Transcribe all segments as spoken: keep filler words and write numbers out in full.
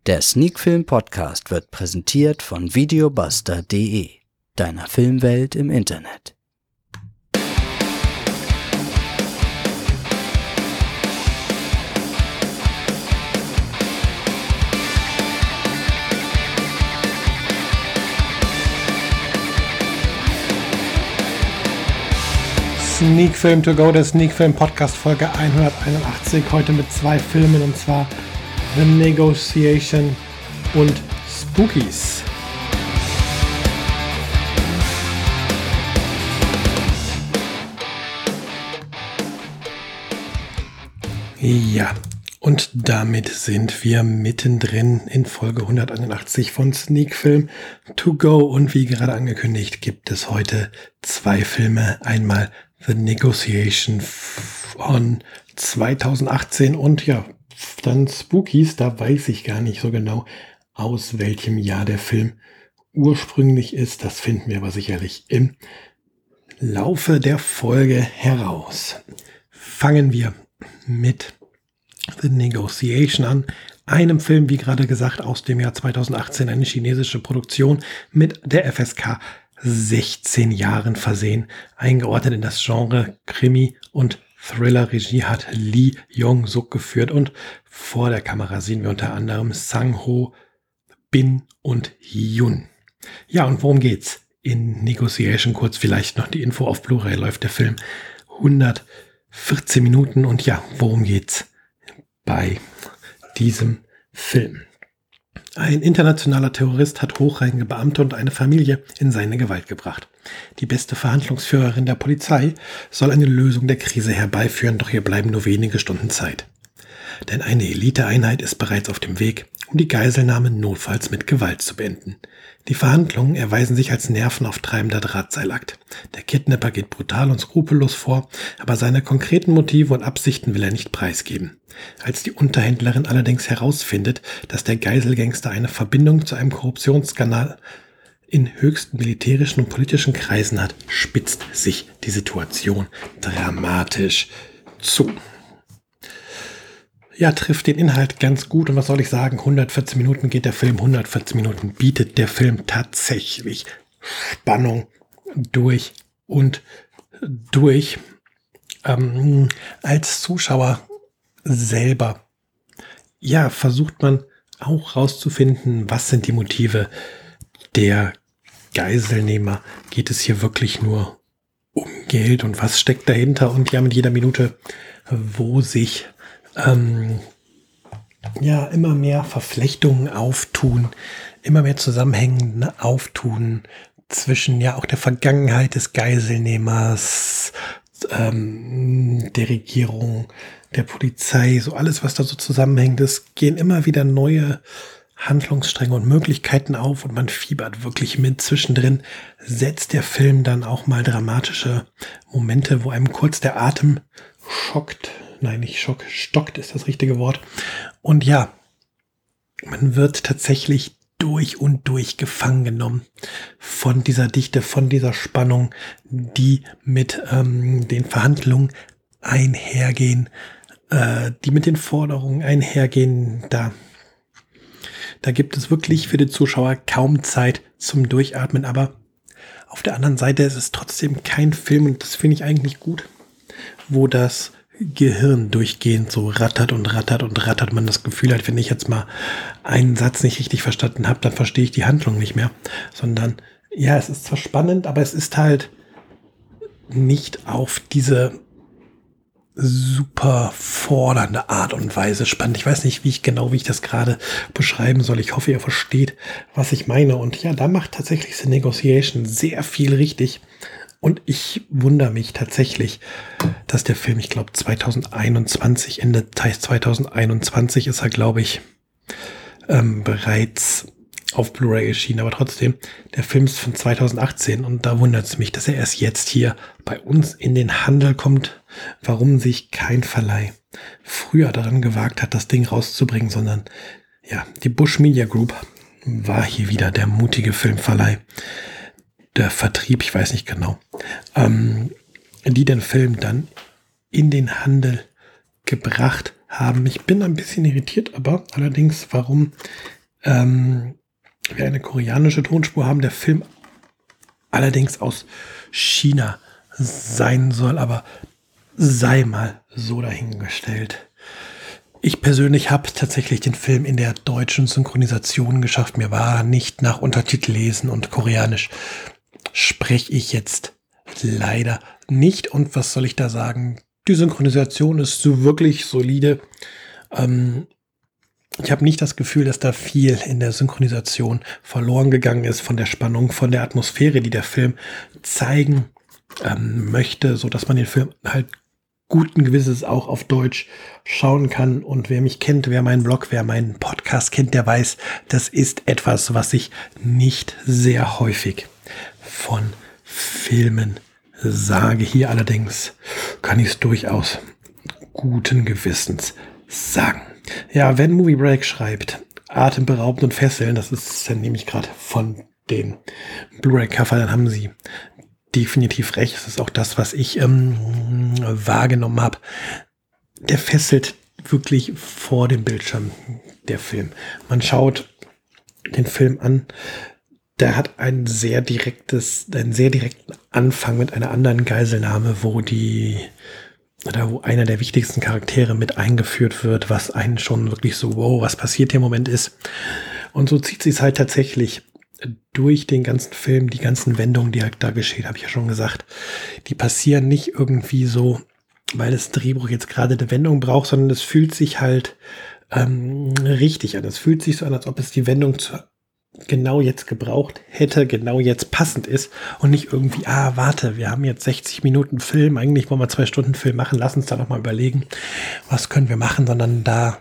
Der Sneakfilm-Podcast wird präsentiert von videobuster punkt de, deiner Filmwelt im Internet. Sneak Film to go, der Sneak Film Podcast Folge hunderteinundachtzig, heute mit zwei Filmen, und zwar The Negotiation und Spookies. Ja, und damit sind wir mittendrin in Folge hunderteinundachtzig von Sneak Film to go, und wie gerade angekündigt gibt es heute zwei Filme, einmal The Negotiation von zweitausendachtzehn und ja, dann Spookies, da weiß ich gar nicht so genau, aus welchem Jahr der Film ursprünglich ist. Das finden wir aber sicherlich im Laufe der Folge heraus. Fangen wir mit The Negotiation an, einem Film, wie gerade gesagt, aus dem Jahr zweitausendachtzehn, eine chinesische Produktion mit der F S K sechzehn Jahren versehen, eingeordnet in das Genre Krimi und Thriller. Regie hat Lee Yong-suk geführt und vor der Kamera sehen wir unter anderem Sang-ho, Bin und Yun. Ja, und worum geht's? In Negotiation kurz vielleicht noch die Info: auf Blu-ray läuft der Film hundertvierzehn Minuten, und ja, worum geht's bei diesem Film? Ein internationaler Terrorist hat hochrangige Beamte und eine Familie in seine Gewalt gebracht. Die beste Verhandlungsführerin der Polizei soll eine Lösung der Krise herbeiführen, doch ihr bleiben nur wenige Stunden Zeit. Denn eine Eliteeinheit ist bereits auf dem Weg, um die Geiselnahme notfalls mit Gewalt zu beenden. Die Verhandlungen erweisen sich als nervenauftreibender Drahtseilakt. Der Kidnapper geht brutal und skrupellos vor, aber seine konkreten Motive und Absichten will er nicht preisgeben. Als die Unterhändlerin allerdings herausfindet, dass der Geiselgangster eine Verbindung zu einem Korruptionsskandal in höchsten militärischen und politischen Kreisen hat, spitzt sich die Situation dramatisch zu. Ja, trifft den Inhalt ganz gut, und was soll ich sagen, hundertvierzehn Minuten geht der Film, hundertvierzehn Minuten bietet der Film tatsächlich Spannung durch und durch. Ähm, als Zuschauer selber, ja, versucht man auch rauszufinden, was sind die Motive der Geiselnehmer. Geht es hier wirklich nur um Geld und was steckt dahinter? Und ja, mit jeder Minute, wo sich ähm, ja immer mehr Verflechtungen auftun, immer mehr Zusammenhänge auftun zwischen ja auch der Vergangenheit des Geiselnehmers, ähm, der Regierung, der Polizei, so alles, was da so zusammenhängt. Es gehen immer wieder neue Handlungsstränge und Möglichkeiten auf, und man fiebert wirklich mit. Zwischendrin setzt der Film dann auch mal dramatische Momente, wo einem kurz der Atem schockt. Nein, nicht Schock, stockt ist das richtige Wort. Und ja, man wird tatsächlich durch und durch gefangen genommen von dieser Dichte, von dieser Spannung, die mit ähm, den Verhandlungen einhergehen, äh, die mit den Forderungen einhergehen. Da, da gibt es wirklich für den Zuschauer kaum Zeit zum Durchatmen, aber auf der anderen Seite ist es trotzdem kein Film, und das finde ich eigentlich gut, wo das Gehirn durchgehend so rattert und rattert und rattert, man das Gefühl hat, wenn ich jetzt mal einen Satz nicht richtig verstanden habe, dann verstehe ich die Handlung nicht mehr, sondern ja, es ist zwar spannend, aber es ist halt nicht auf diese super fordernde Art und Weise spannend. Ich weiß nicht, wie ich genau, wie ich das gerade beschreiben soll. Ich hoffe, ihr versteht, was ich meine. Und ja, da macht tatsächlich The Negotiation sehr viel richtig. Und ich wundere mich tatsächlich, dass der Film, ich glaube zweitausendeinundzwanzig, Ende zweitausendeinundzwanzig ist er, glaube ich, ähm, bereits auf Blu-ray erschienen. Aber trotzdem, der Film ist von zweitausendachtzehn, und da wundert es mich, dass er erst jetzt hier bei uns in den Handel kommt. Warum sich kein Verleih früher daran gewagt hat, das Ding rauszubringen, sondern ja, die Bush Media Group war hier wieder der mutige Filmverleih. Der Vertrieb, ich weiß nicht genau, ähm, die den Film dann in den Handel gebracht haben. Ich bin ein bisschen irritiert, aber allerdings, warum ähm, wir eine koreanische Tonspur haben, der Film allerdings aus China sein soll, aber sei mal so dahingestellt. Ich persönlich habe tatsächlich den Film in der deutschen Synchronisation geschafft. Mir war nicht nach Untertitel lesen und Koreanisch spreche ich jetzt leider nicht. Und was soll ich da sagen? Die Synchronisation ist so wirklich solide. Ähm, ich habe nicht das Gefühl, dass da viel in der Synchronisation verloren gegangen ist von der Spannung, von der Atmosphäre, die der Film zeigen ähm, möchte, so dass man den Film halt guten Gewisses auch auf Deutsch schauen kann. Und wer mich kennt, wer meinen Blog, wer meinen Podcast kennt, der weiß, das ist etwas, was ich nicht sehr häufig von Filmen sage. Hier allerdings kann ich es durchaus guten Gewissens sagen. Ja, wenn Movie Break schreibt, atemberaubend und fesselnd, das ist dann nehme ich gerade von den Blu-ray-Cover, dann haben sie definitiv recht. Das ist auch das, was ich ähm, wahrgenommen habe. Der fesselt wirklich vor dem Bildschirm, der Film. Man schaut den Film an. Der hat ein sehr direktes, einen sehr direkten Anfang mit einer anderen Geiselnahme, wo die oder wo einer der wichtigsten Charaktere mit eingeführt wird, was einen schon wirklich so, wow, was passiert hier im Moment ist. Und so zieht sich es halt tatsächlich durch den ganzen Film, die ganzen Wendungen, die halt da geschehen, habe ich ja schon gesagt, die passieren nicht irgendwie so, weil das Drehbuch jetzt gerade eine Wendung braucht, sondern es fühlt sich halt ähm, richtig an. Es fühlt sich so an, als ob es die Wendung zu, genau jetzt gebraucht hätte, genau jetzt passend ist und nicht irgendwie, ah, warte, wir haben jetzt sechzig Minuten Film, eigentlich wollen wir zwei Stunden Film machen, lass uns da noch mal überlegen, was können wir machen, sondern da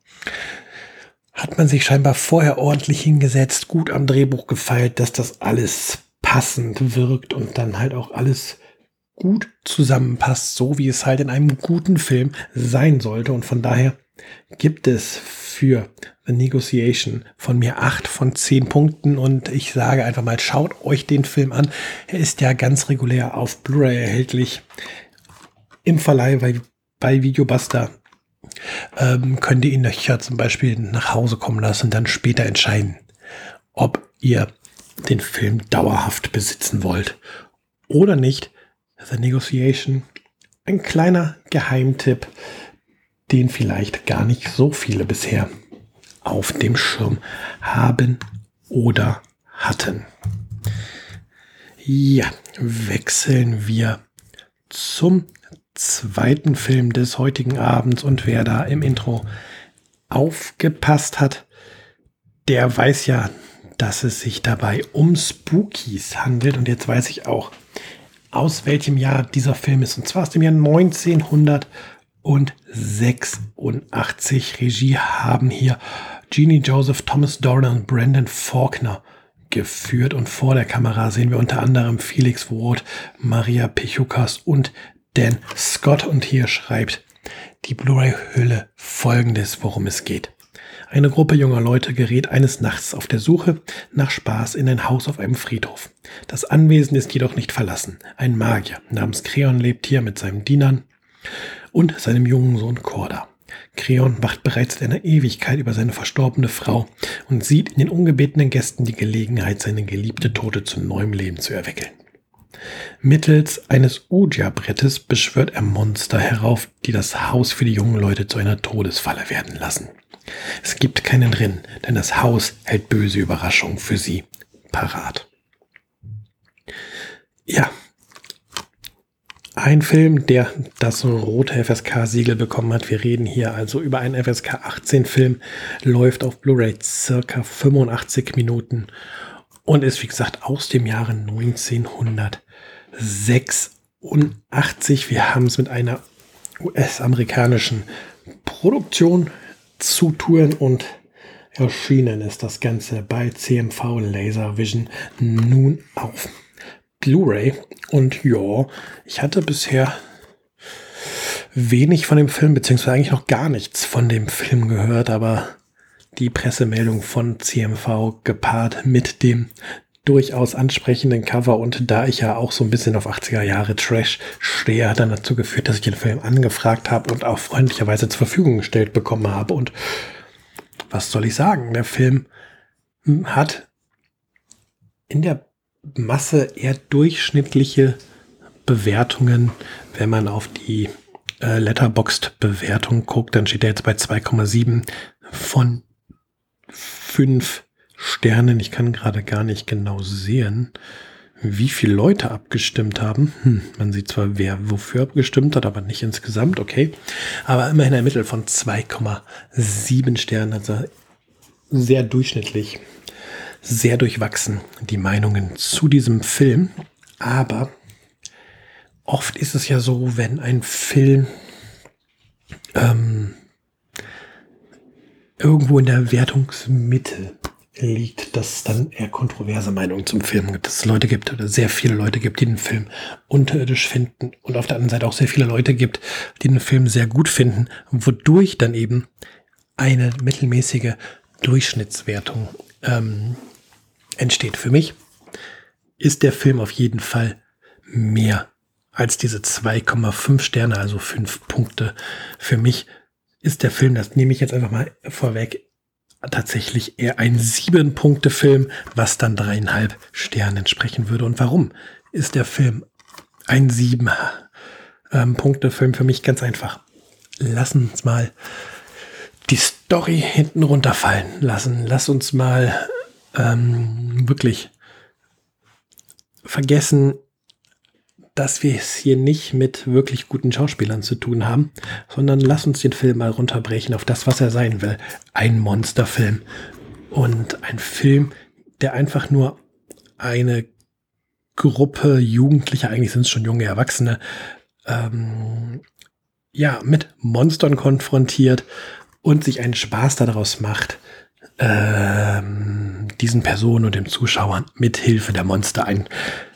hat man sich scheinbar vorher ordentlich hingesetzt, gut am Drehbuch gefeilt, dass das alles passend wirkt und dann halt auch alles gut zusammenpasst, so wie es halt in einem guten Film sein sollte. Und von daher gibt es für The Negotiation von mir acht von zehn Punkten und ich sage einfach mal, schaut euch den Film an. Er ist ja ganz regulär auf Blu-ray erhältlich im Verleih bei, bei Videobuster. Ähm, könnt ihr ihn euch zum Beispiel nach Hause kommen lassen und dann später entscheiden, ob ihr den Film dauerhaft besitzen wollt oder nicht. The Negotiation, ein kleiner Geheimtipp, den vielleicht gar nicht so viele bisher auf dem Schirm haben oder hatten. Ja, wechseln wir zum zweiten Film des heutigen Abends und wer da im Intro aufgepasst hat, der weiß ja, dass es sich dabei um Spookies handelt und jetzt weiß ich auch, aus welchem Jahr dieser Film ist und zwar aus dem Jahr neunzehnhundertsechsundachtzig. Regie haben hier Jeannie Joseph, Thomas Doran und Brandon Faulkner geführt und vor der Kamera sehen wir unter anderem Felix Ward, Maria Pichukas und Dan Scott und hier schreibt die Blu-ray-Hülle Folgendes, worum es geht. Eine Gruppe junger Leute gerät eines Nachts auf der Suche nach Spaß in ein Haus auf einem Friedhof. Das Anwesen ist jedoch nicht verlassen. Ein Magier namens Kreon lebt hier mit seinen Dienern und seinem jungen Sohn Korda. Kreon wacht bereits seit einer Ewigkeit über seine verstorbene Frau und sieht in den ungebetenen Gästen die Gelegenheit, seine geliebte Tote zu neuem Leben zu erwecken. Mittels eines Ouija-Brettes beschwört er Monster herauf, die das Haus für die jungen Leute zu einer Todesfalle werden lassen. Es gibt keinen drin, denn das Haus hält böse Überraschungen für sie parat. Ja, ein Film, der das rote F S K-Siegel bekommen hat. Wir reden hier also über einen F S K achtzehn Film, läuft auf Blu-ray circa fünfundachtzig Minuten und ist, wie gesagt, aus dem Jahre neunzehnhundertsechsundachtzig. Wir haben es mit einer U S-amerikanischen Produktion zu tun und erschienen ist das Ganze bei C M V Laservision nun auf Blu-ray. Und ja, ich hatte bisher wenig von dem Film, beziehungsweise eigentlich noch gar nichts von dem Film gehört, aber die Pressemeldung von C M V gepaart mit dem durchaus ansprechenden Cover, und da ich ja auch so ein bisschen auf achtziger Jahre Trash stehe, hat dann dazu geführt, dass ich den Film angefragt habe und auch freundlicherweise zur Verfügung gestellt bekommen habe. Und was soll ich sagen? Der Film hat in der Masse eher durchschnittliche Bewertungen. Wenn man auf die äh, Letterboxd-Bewertung guckt, dann steht er jetzt bei zwei Komma sieben von fünf Sternen. Ich kann gerade gar nicht genau sehen, wie viele Leute abgestimmt haben. Hm, man sieht zwar, wer wofür abgestimmt hat, aber nicht insgesamt, okay. Aber immerhin ein Mittel von zwei Komma sieben Sternen, also sehr durchschnittlich, sehr durchwachsen, die Meinungen zu diesem Film. Aber oft ist es ja so, wenn ein Film ähm, irgendwo in der Wertungsmitte liegt, dass es dann eher kontroverse Meinungen zum Film gibt, dass es Leute gibt oder sehr viele Leute gibt, die den Film unterirdisch finden, und auf der anderen Seite auch sehr viele Leute gibt, die den Film sehr gut finden, wodurch dann eben eine mittelmäßige Durchschnittswertung ähm, entsteht. Für mich ist der Film auf jeden Fall mehr als diese zwei Komma fünf Sterne, also fünf Punkte. Für mich ist der Film, das nehme ich jetzt einfach mal vorweg, tatsächlich eher ein sieben-Punkte-Film, was dann dreieinhalb Sternen entsprechen würde. Und warum ist der Film ein sieben-Punkte-Film für mich? Ganz einfach. Lass uns mal die Story hinten runterfallen lassen. Lass uns mal ähm, wirklich vergessen, dass wir es hier nicht mit wirklich guten Schauspielern zu tun haben, sondern lass uns den Film mal runterbrechen auf das, was er sein will. Ein Monsterfilm. Und ein Film, der einfach nur eine Gruppe Jugendlicher, eigentlich sind es schon junge Erwachsene, ähm, ja, mit Monstern konfrontiert und sich einen Spaß daraus macht, ähm, diesen Personen und den Zuschauern mit Hilfe der Monster ein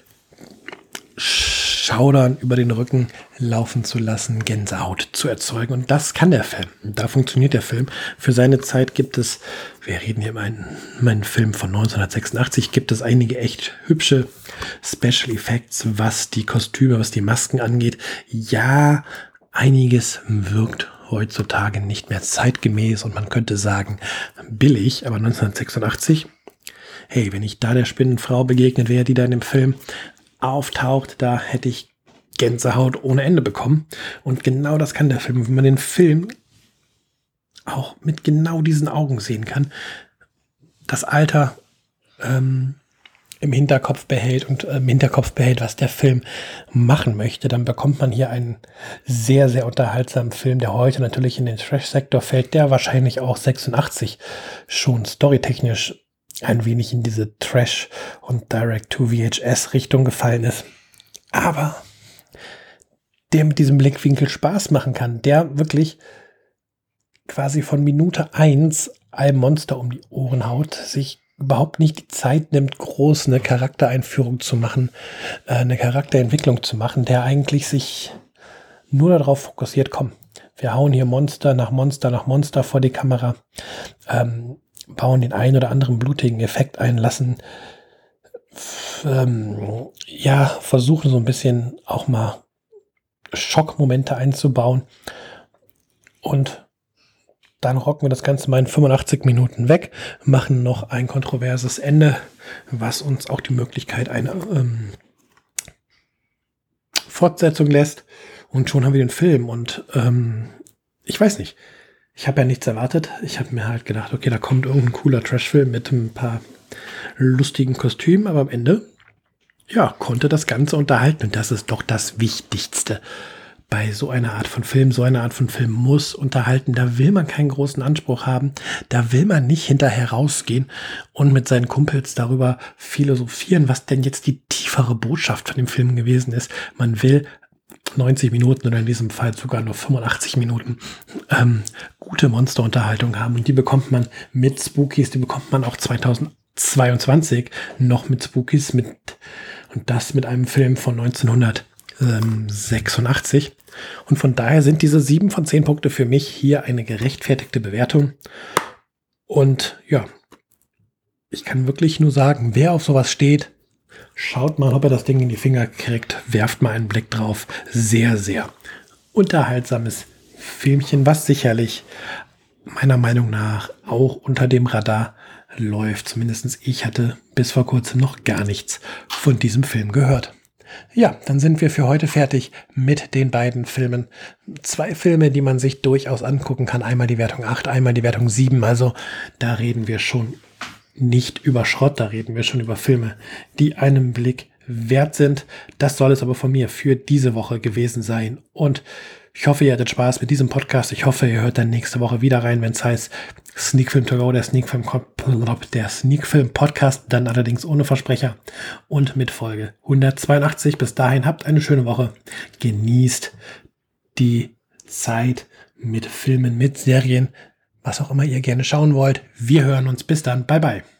Schaudern über den Rücken laufen zu lassen, Gänsehaut zu erzeugen. Und das kann der Film. Da funktioniert der Film. Für seine Zeit gibt es, wir reden hier über einen, einen Film von neunzehnhundertsechsundachtzig, gibt es einige echt hübsche Special Effects, was die Kostüme, was die Masken angeht. Ja, einiges wirkt heutzutage nicht mehr zeitgemäß und man könnte sagen billig, aber neunzehnhundertsechsundachtzig, hey, wenn ich da der Spinnenfrau begegnet wäre, die da in dem Film auftaucht, da hätte ich Gänsehaut ohne Ende bekommen. Und genau das kann der Film, wenn man den Film auch mit genau diesen Augen sehen kann, das Alter ähm, im Hinterkopf behält und äh, im Hinterkopf behält, was der Film machen möchte, dann bekommt man hier einen sehr, sehr unterhaltsamen Film, der heute natürlich in den Trash-Sektor fällt, der wahrscheinlich auch sechsundachtzig schon storytechnisch ein wenig in diese Trash- und Direct-to-V H S-Richtung gefallen ist. Aber der mit diesem Blickwinkel Spaß machen kann, der wirklich quasi von Minute eins einem Monster um die Ohren haut, sich überhaupt nicht die Zeit nimmt, groß eine Charaktereinführung zu machen, äh, eine Charakterentwicklung zu machen, der eigentlich sich nur darauf fokussiert, komm, wir hauen hier Monster nach Monster nach Monster vor die Kamera, ähm, bauen den einen oder anderen blutigen Effekt ein, lassen, ähm, ja, versuchen so ein bisschen auch mal Schockmomente einzubauen und dann rocken wir das Ganze mal in fünfundachtzig Minuten weg, machen noch ein kontroverses Ende, was uns auch die Möglichkeit einer ähm, Fortsetzung lässt, und schon haben wir den Film. Und ähm, ich weiß nicht, ich habe ja nichts erwartet. Ich habe mir halt gedacht, okay, da kommt irgendein cooler Trashfilm mit ein paar lustigen Kostümen, aber am Ende, ja, konnte das Ganze unterhalten. Und das ist doch das Wichtigste bei so einer Art von Film. So eine Art von Film muss unterhalten. Da will man keinen großen Anspruch haben. Da will man nicht hinterher rausgehen und mit seinen Kumpels darüber philosophieren, was denn jetzt die tiefere Botschaft von dem Film gewesen ist. Man will neunzig Minuten oder in diesem Fall sogar nur fünfundachtzig Minuten ähm, gute Monsterunterhaltung haben. Und die bekommt man mit Spookies, die bekommt man auch zweitausendzweiundzwanzig noch mit Spookies, mit, und das mit einem Film von neunzehnhundertsechsundachtzig. Und von daher sind diese sieben von zehn Punkte für mich hier eine gerechtfertigte Bewertung. Und ja, ich kann wirklich nur sagen, wer auf sowas steht, schaut mal, ob er das Ding in die Finger kriegt, werft mal einen Blick drauf. Sehr, sehr unterhaltsames Filmchen, was sicherlich meiner Meinung nach auch unter dem Radar läuft. Zumindest ich hatte bis vor kurzem noch gar nichts von diesem Film gehört. Ja, dann sind wir für heute fertig mit den beiden Filmen. Zwei Filme, die man sich durchaus angucken kann. Einmal die Wertung acht, einmal die Wertung sieben. Also da reden wir schon nicht über Schrott, da reden wir schon über Filme, die einen Blick wert sind. Das soll es aber von mir für diese Woche gewesen sein. Und ich hoffe, ihr hattet Spaß mit diesem Podcast. Ich hoffe, ihr hört dann nächste Woche wieder rein, wenn es heißt Sneak Film to go, der Sneak Film, der Sneak Film Podcast, dann allerdings ohne Versprecher und mit Folge hundertzweiundachtzig. Bis dahin habt eine schöne Woche. Genießt die Zeit mit Filmen, mit Serien, was auch immer ihr gerne schauen wollt. Wir hören uns. Bis dann. Bye, bye.